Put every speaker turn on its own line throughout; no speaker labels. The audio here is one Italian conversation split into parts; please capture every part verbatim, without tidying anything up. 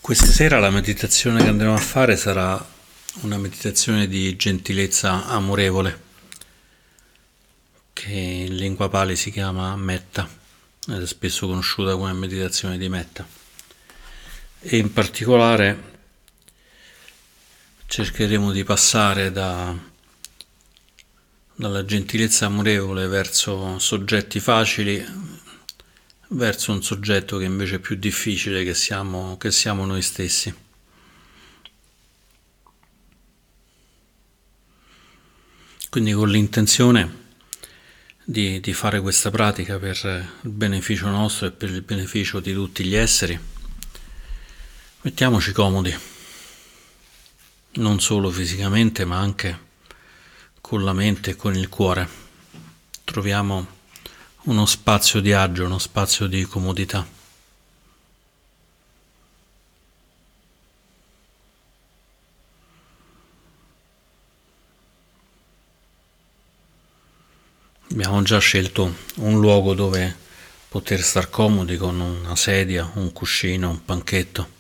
Questa sera la meditazione che andremo a fare sarà una meditazione di gentilezza amorevole, che in lingua pali si chiama metta ed è spesso conosciuta come meditazione di metta. E in particolare cercheremo di passare da, dalla gentilezza amorevole verso soggetti facili verso un soggetto che invece è più difficile, che siamo, che siamo noi stessi. Quindi con l'intenzione di, di fare questa pratica per il beneficio nostro e per il beneficio di tutti gli esseri, mettiamoci comodi, non solo fisicamente ma anche con la mente e con il cuore. Troviamo uno spazio di agio, uno spazio di comodità. Abbiamo già scelto un luogo dove poter star comodi con una sedia, un cuscino, un banchetto.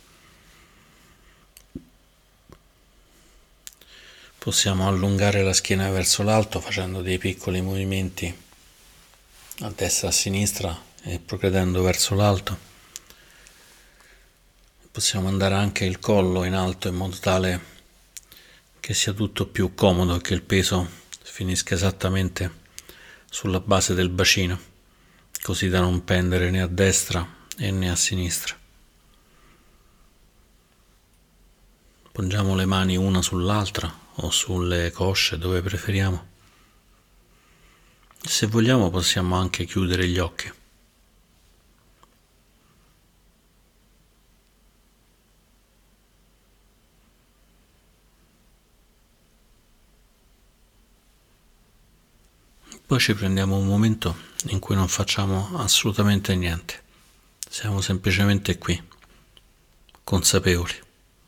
Possiamo allungare la schiena verso l'alto facendo dei piccoli movimenti a destra e a sinistra e progredendo verso l'alto. Possiamo mandare anche il collo in alto in modo tale che sia tutto più comodo e che il peso finisca esattamente sulla base del bacino, così da non pendere né a destra né a sinistra. Poggiamo le mani una sull'altra o sulle cosce, dove preferiamo. Se vogliamo possiamo anche chiudere gli occhi. Poi ci prendiamo un momento in cui non facciamo assolutamente niente. Siamo semplicemente qui, consapevoli.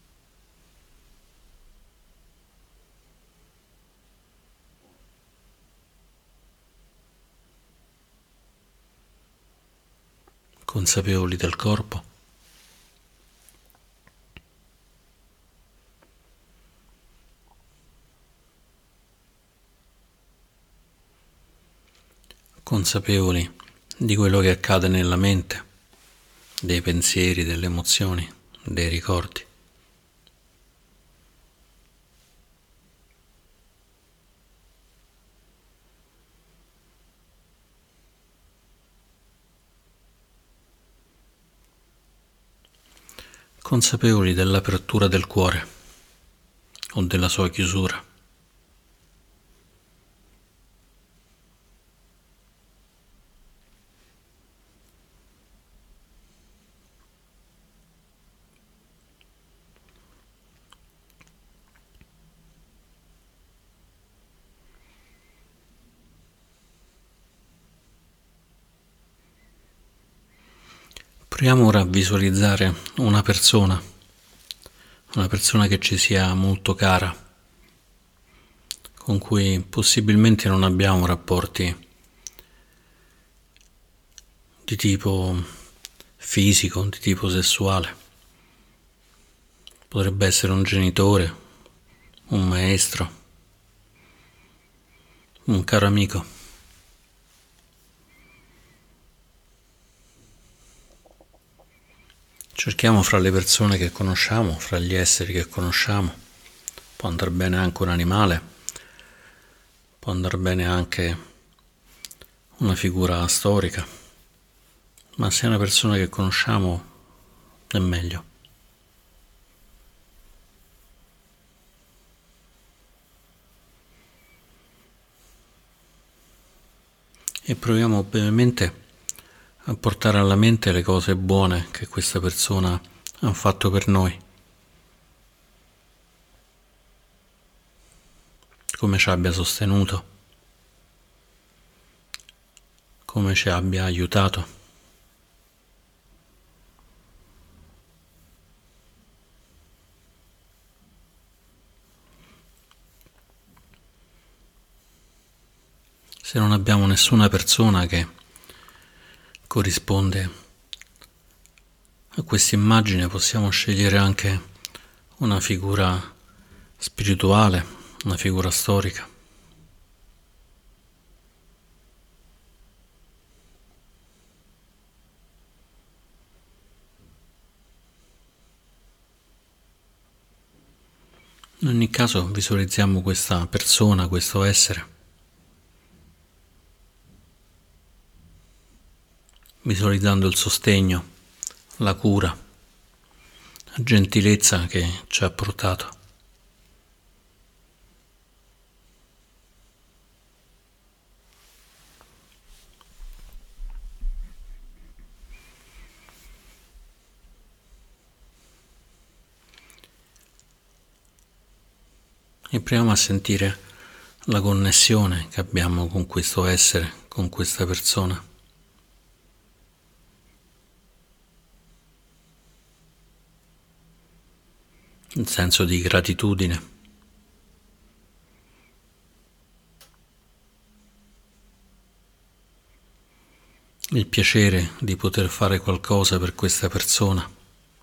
Consapevoli del corpo. Consapevoli di quello che accade nella mente, dei pensieri, delle emozioni, dei ricordi. Consapevoli dell'apertura del cuore o della sua chiusura. Proviamo ora a visualizzare una persona, una persona che ci sia molto cara, con cui possibilmente non abbiamo rapporti di tipo fisico, di tipo sessuale. Potrebbe essere un genitore, un maestro, un caro amico. Cerchiamo fra le persone che conosciamo, fra gli esseri che conosciamo. Può andare bene anche un animale, può andare bene anche una figura storica, ma se è una persona che conosciamo è meglio. E proviamo brevemente a portare alla mente le cose buone che questa persona ha fatto per noi, come ci abbia sostenuto, come ci abbia aiutato. Se non abbiamo nessuna persona che corrisponde A questa immagine possiamo scegliere anche una figura spirituale, una figura storica. In ogni caso visualizziamo questa persona, questo essere, visualizzando il sostegno, la cura, la gentilezza che ci ha portato. E proviamo a sentire la connessione che abbiamo con questo essere, con questa persona. Il senso di gratitudine. Il piacere di poter fare qualcosa per questa persona.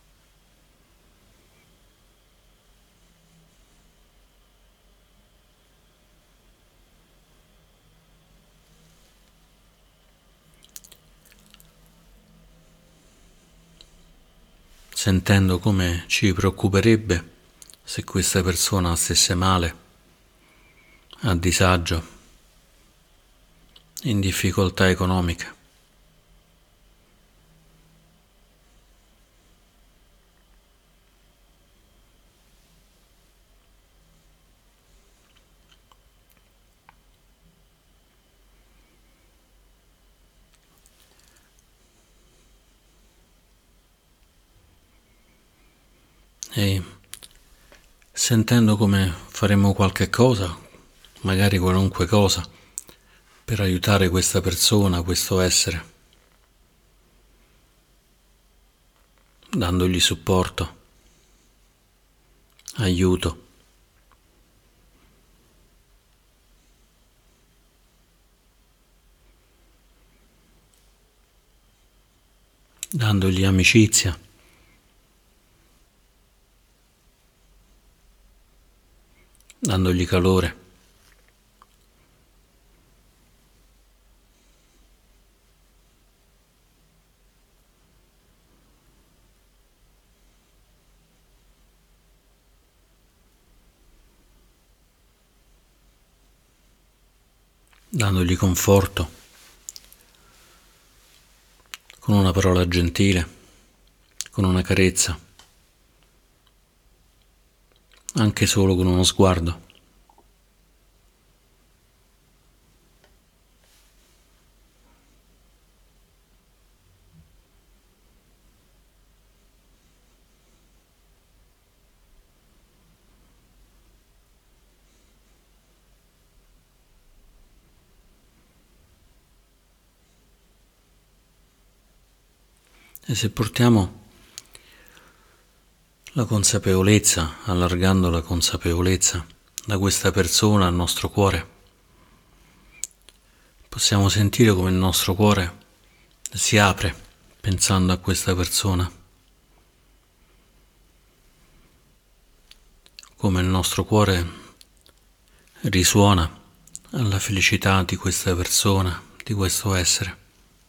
Sentendo come ci preoccuperebbe se questa persona stesse male, a disagio, in difficoltà economica. E sentendo come faremo qualche cosa, magari qualunque cosa, per aiutare questa persona, questo essere, dandogli supporto, aiuto. Dandogli amicizia. Dandogli calore. Dandogli conforto, con una parola gentile, con una carezza, anche solo con uno sguardo. E se portiamo la consapevolezza, allargando la consapevolezza da questa persona al nostro cuore, possiamo sentire come il nostro cuore si apre pensando a questa persona, come il nostro cuore risuona alla felicità di questa persona, di questo essere.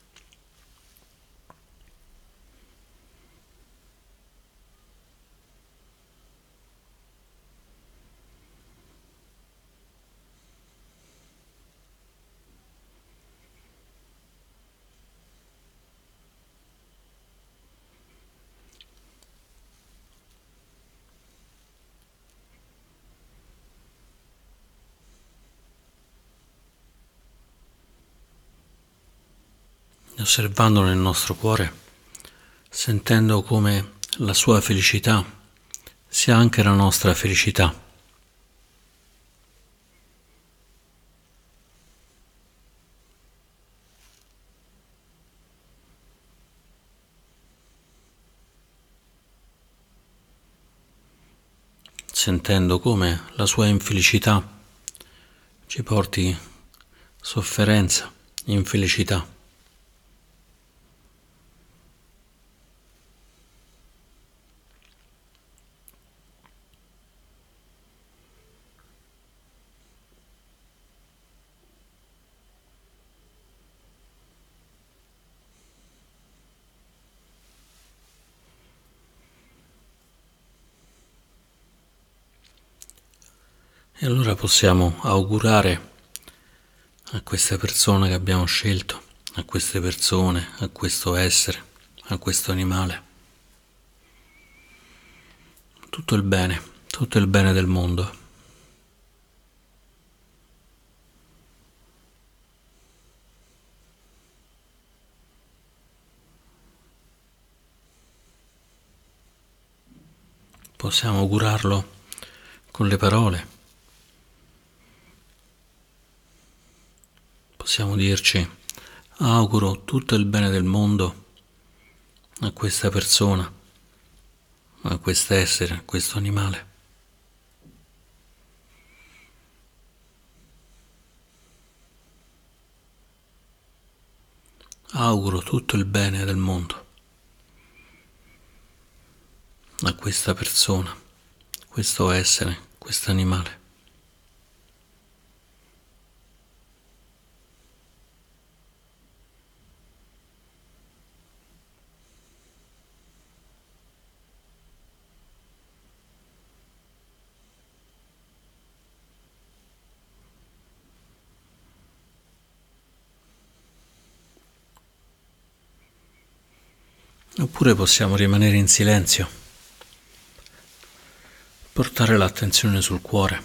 Osservando nel nostro cuore, sentendo come la sua felicità sia anche la nostra felicità. Sentendo come la sua infelicità ci porti sofferenza, infelicità. E allora possiamo augurare a questa persona che abbiamo scelto, a queste persone, a questo essere, a questo animale, tutto il bene, tutto il bene del mondo. Possiamo augurarlo con le parole. Possiamo dirci: auguro tutto il bene del mondo a questa persona, a quest'essere, a questo animale. Auguro tutto il bene del mondo a questa persona, questo essere, questo animale. Oppure possiamo rimanere in silenzio, portare l'attenzione sul cuore,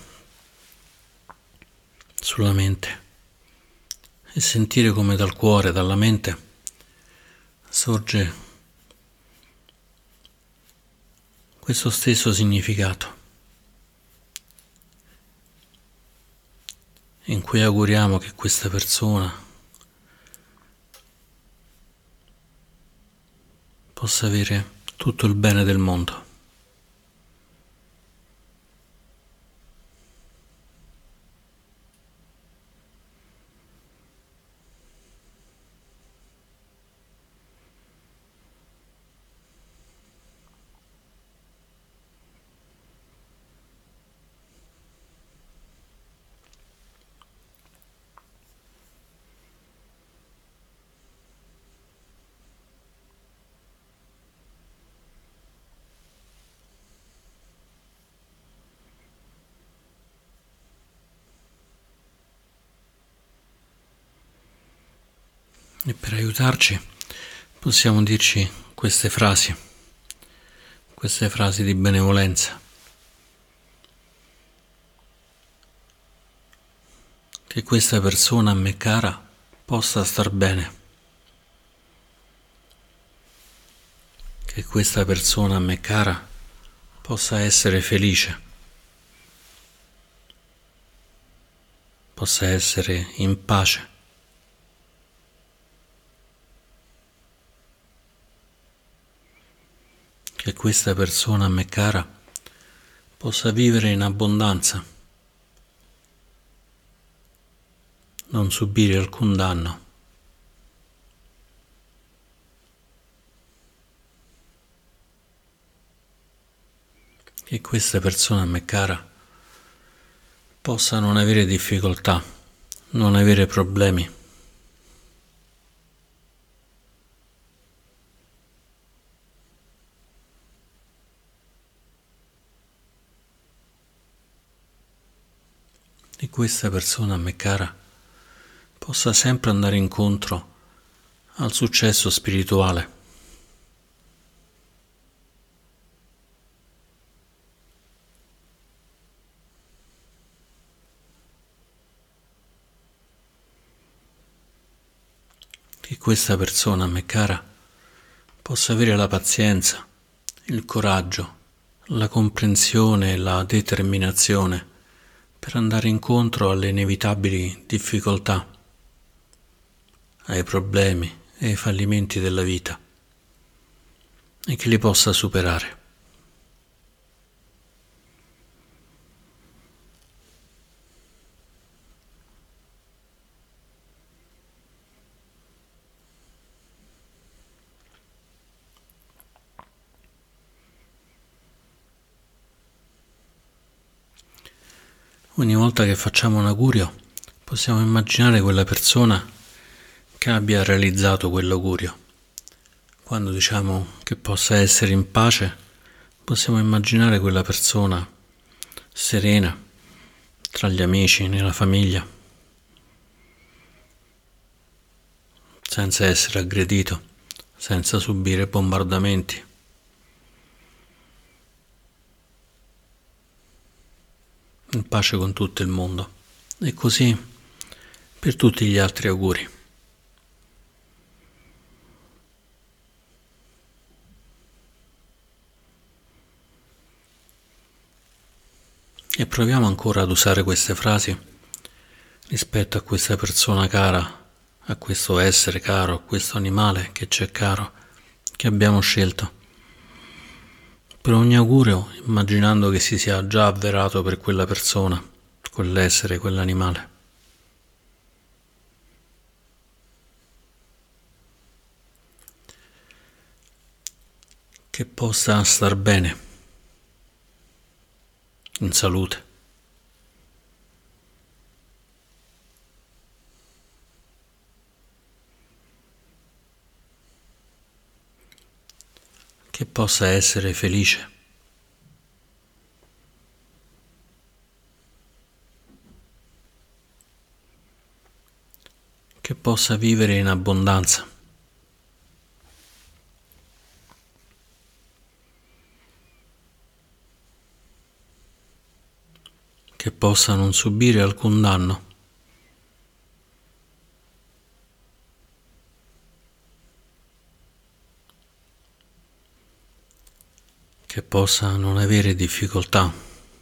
sulla mente e sentire come dal cuore, dalla mente sorge questo stesso significato, in cui auguriamo che questa persona possa avere tutto il bene del mondo. E per aiutarci possiamo dirci queste frasi, queste frasi di benevolenza. Che questa persona a me cara possa star bene. Che questa persona a me cara possa essere felice. Possa essere in pace. Che questa persona a me cara possa vivere in abbondanza, non subire alcun danno. Che questa persona a me cara possa non avere difficoltà, non avere problemi. Che questa persona a me cara possa sempre andare incontro al successo spirituale. Che questa persona a me cara possa avere la pazienza, il coraggio, la comprensione e la determinazione per andare incontro alle inevitabili difficoltà, ai problemi e ai fallimenti della vita, e che li possa superare. Ogni volta che facciamo un augurio possiamo immaginare quella persona che abbia realizzato quell'augurio. Quando diciamo che possa essere in pace, possiamo immaginare quella persona serena, tra gli amici, nella famiglia, senza essere aggredito, senza subire bombardamenti. In pace con tutto il mondo. E così per tutti gli altri auguri. E proviamo ancora ad usare queste frasi rispetto a questa persona cara, a questo essere caro, a questo animale che ci è caro, che abbiamo scelto. Per ogni augurio, immaginando che si sia già avverato per quella persona, quell'essere, quell'animale. Che possa star bene, in salute. Che possa essere felice. Che possa vivere in abbondanza. Che possa non subire alcun danno. Che possa non avere difficoltà.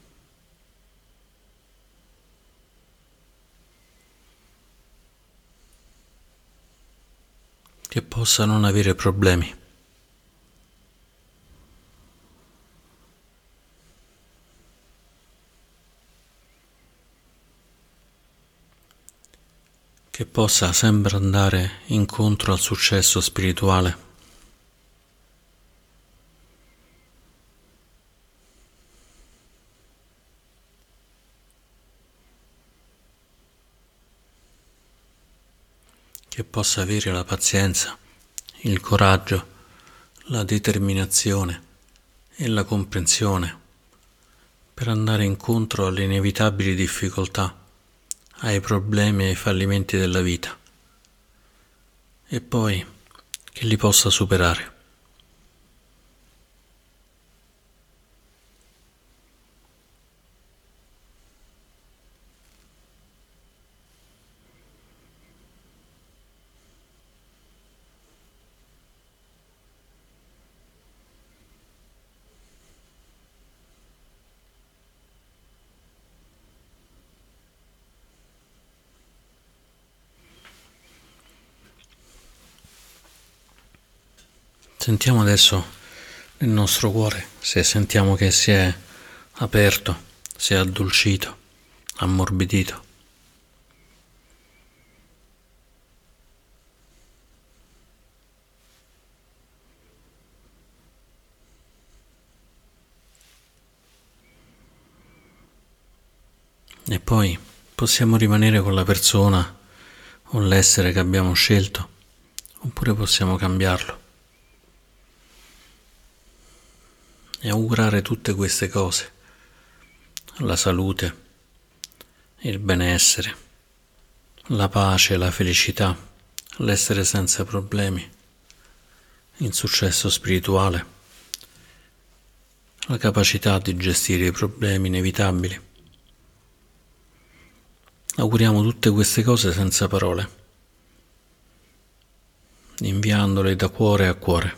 Che possa non avere problemi. Che possa sempre andare incontro al successo spirituale. Che possa avere la pazienza, il coraggio, la determinazione e la comprensione per andare incontro alle inevitabili difficoltà, ai problemi e ai fallimenti della vita, e poi che li possa superare. Sentiamo adesso nel nostro cuore se sentiamo che si è aperto, si è addolcito, ammorbidito. E poi possiamo rimanere con la persona o l'essere che abbiamo scelto, oppure possiamo cambiarlo. E augurare tutte queste cose, la salute, il benessere, la pace, la felicità, l'essere senza problemi, il successo spirituale, la capacità di gestire i problemi inevitabili. Auguriamo tutte queste cose senza parole, inviandole da cuore a cuore.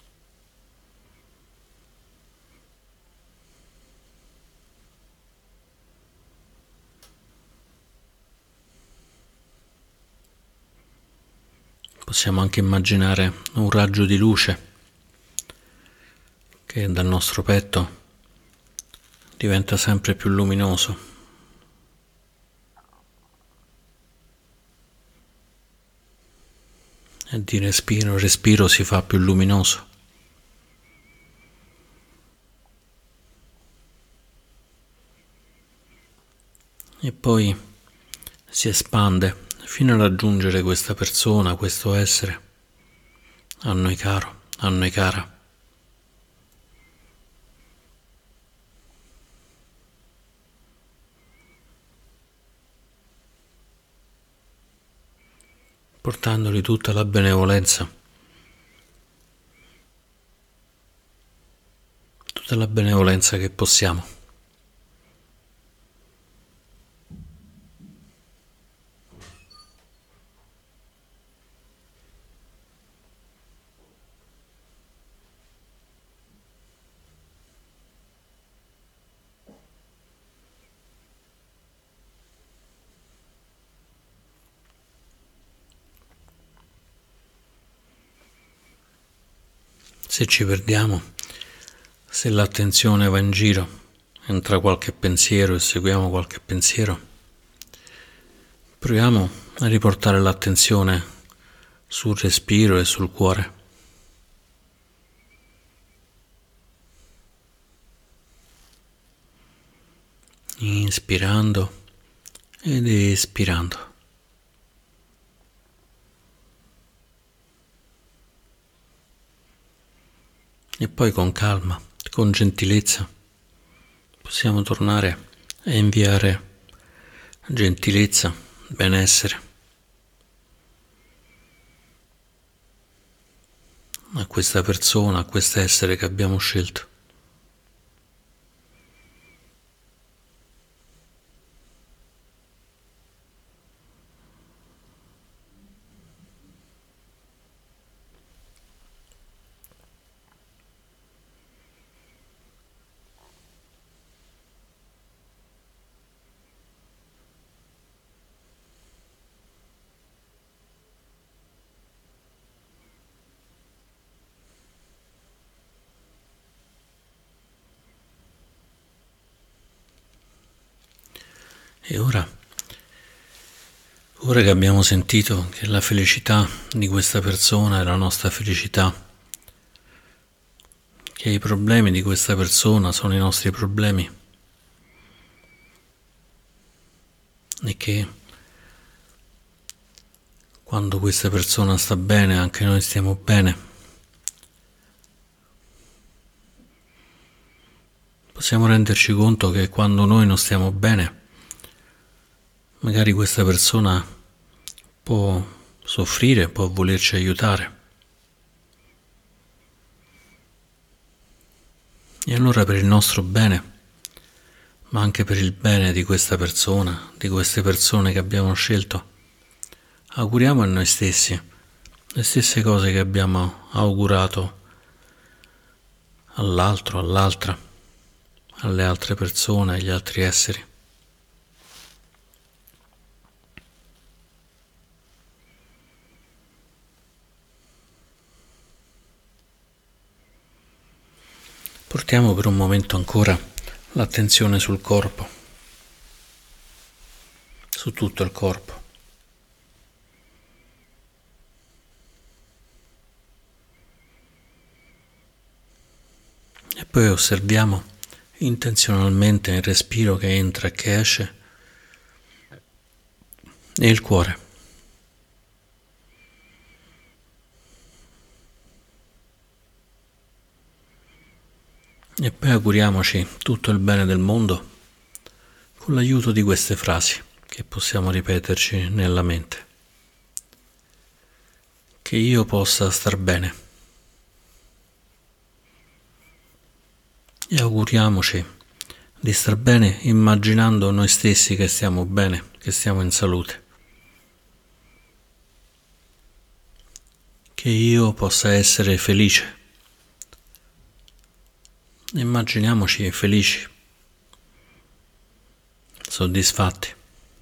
Possiamo anche immaginare un raggio di luce che dal nostro petto diventa sempre più luminoso e di respiro in respiro si fa più luminoso. E poi si espande fino a raggiungere questa persona, questo essere, a noi caro, a noi cara. portandogli tutta la benevolenza, tutta la benevolenza che possiamo. Se ci perdiamo, se l'attenzione va in giro, entra qualche pensiero e seguiamo qualche pensiero, proviamo a riportare l'attenzione sul respiro e sul cuore. Inspirando ed espirando. E poi con calma, con gentilezza, possiamo tornare a inviare gentilezza, benessere a questa persona, a questo essere che abbiamo scelto. E ora, ora che abbiamo sentito che la felicità di questa persona è la nostra felicità, che i problemi di questa persona sono i nostri problemi e che quando questa persona sta bene anche noi stiamo bene, possiamo renderci conto che quando noi non stiamo bene, magari questa persona può soffrire, può volerci aiutare. E allora per il nostro bene, ma anche per il bene di questa persona, di queste persone che abbiamo scelto, auguriamo a noi stessi le stesse cose che abbiamo augurato all'altro, all'altra, alle altre persone, agli altri esseri. Portiamo per un momento ancora l'attenzione sul corpo, su tutto il corpo. E poi osserviamo intenzionalmente il respiro che entra e che esce e il cuore. E poi auguriamoci tutto il bene del mondo con l'aiuto di queste frasi che possiamo ripeterci nella mente. Che io possa star bene. E auguriamoci di star bene immaginando noi stessi che stiamo bene, che stiamo in salute. Che io possa essere felice. Immaginiamoci felici, soddisfatti.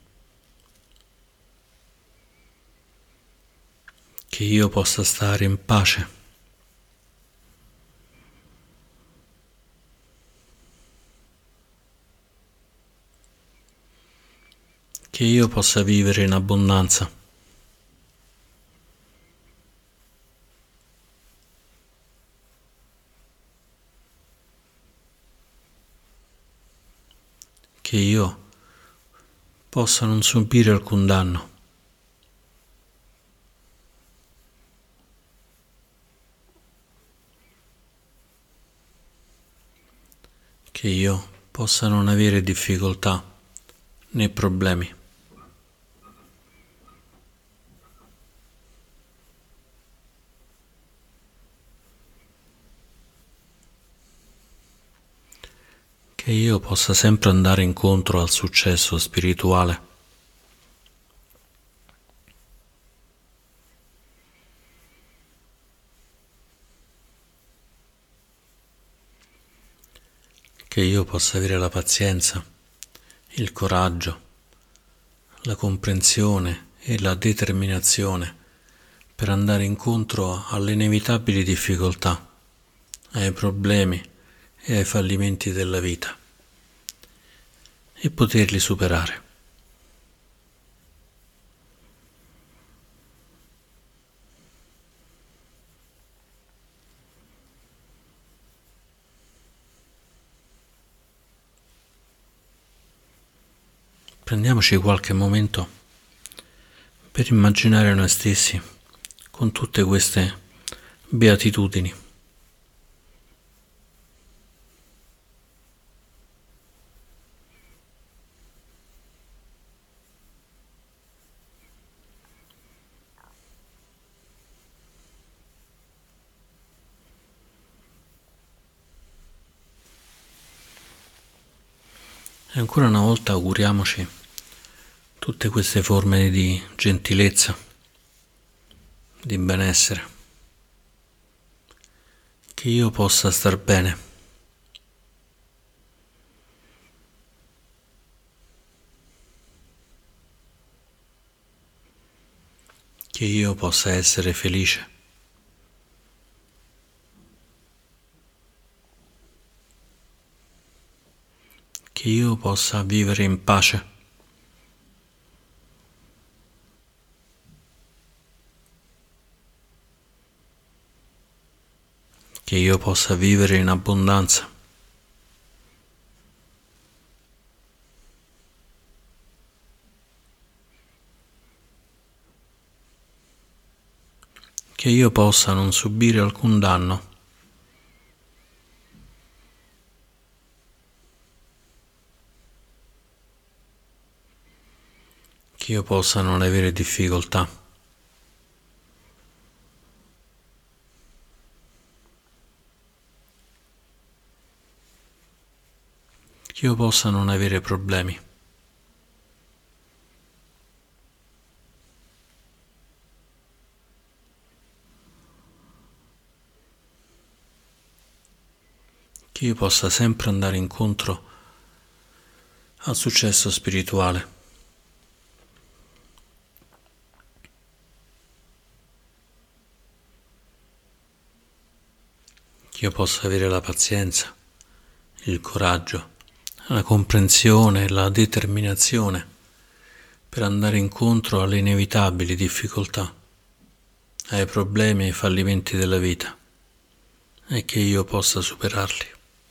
Che io possa stare in pace. Che io possa vivere in abbondanza. Che io possa non subire alcun danno. Che io possa non avere difficoltà né problemi. che io possa sempre andare incontro al successo spirituale. Che io possa avere la pazienza, il coraggio, la comprensione e la determinazione per andare incontro alle inevitabili difficoltà, ai problemi e ai fallimenti della vita e poterli superare. Prendiamoci qualche momento per immaginare noi stessi con tutte queste beatitudini. E ancora una volta auguriamoci tutte queste forme di gentilezza, di benessere, che io possa star bene, che io possa essere felice, che io possa vivere in pace, che io possa vivere in abbondanza, che io possa non subire alcun danno, che io possa non avere difficoltà, che io possa non avere problemi. Che io possa sempre andare incontro al successo spirituale. Che io possa avere la pazienza, il coraggio, la comprensione e la determinazione per andare incontro alle inevitabili difficoltà, ai problemi e ai fallimenti della vita e che io possa superarli.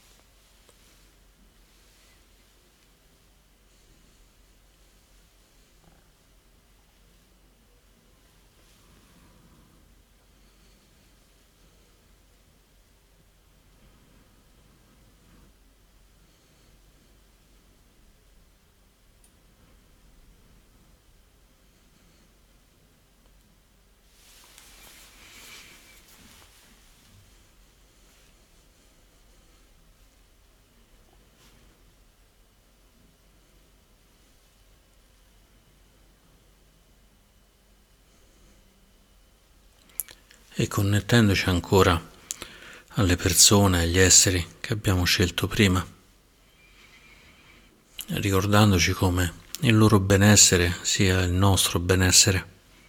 E connettendoci ancora alle persone, agli esseri che abbiamo scelto prima, ricordandoci come il loro benessere sia il nostro benessere.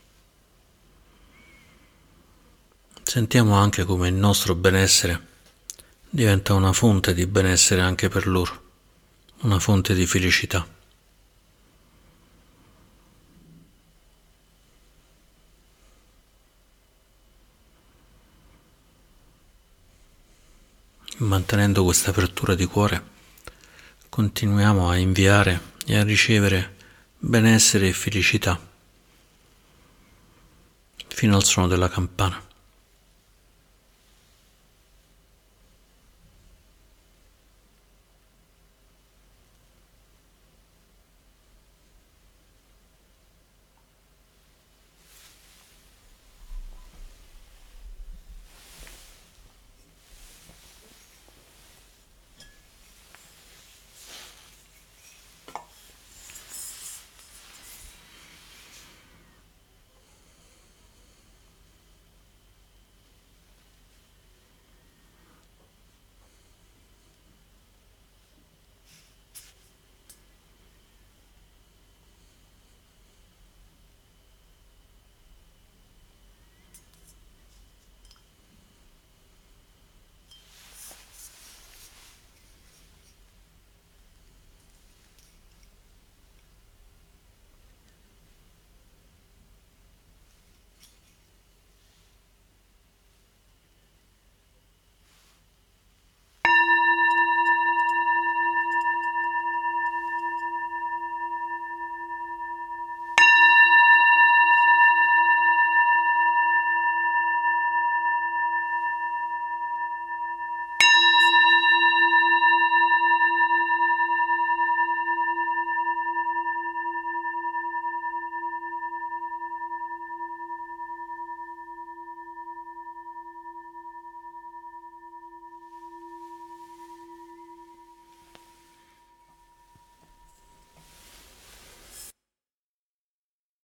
Sentiamo anche come il nostro benessere diventa una fonte di benessere anche per loro, una fonte di felicità. Mantenendo questa apertura di cuore, continuiamo a inviare e a ricevere benessere e felicità fino al suono della campana.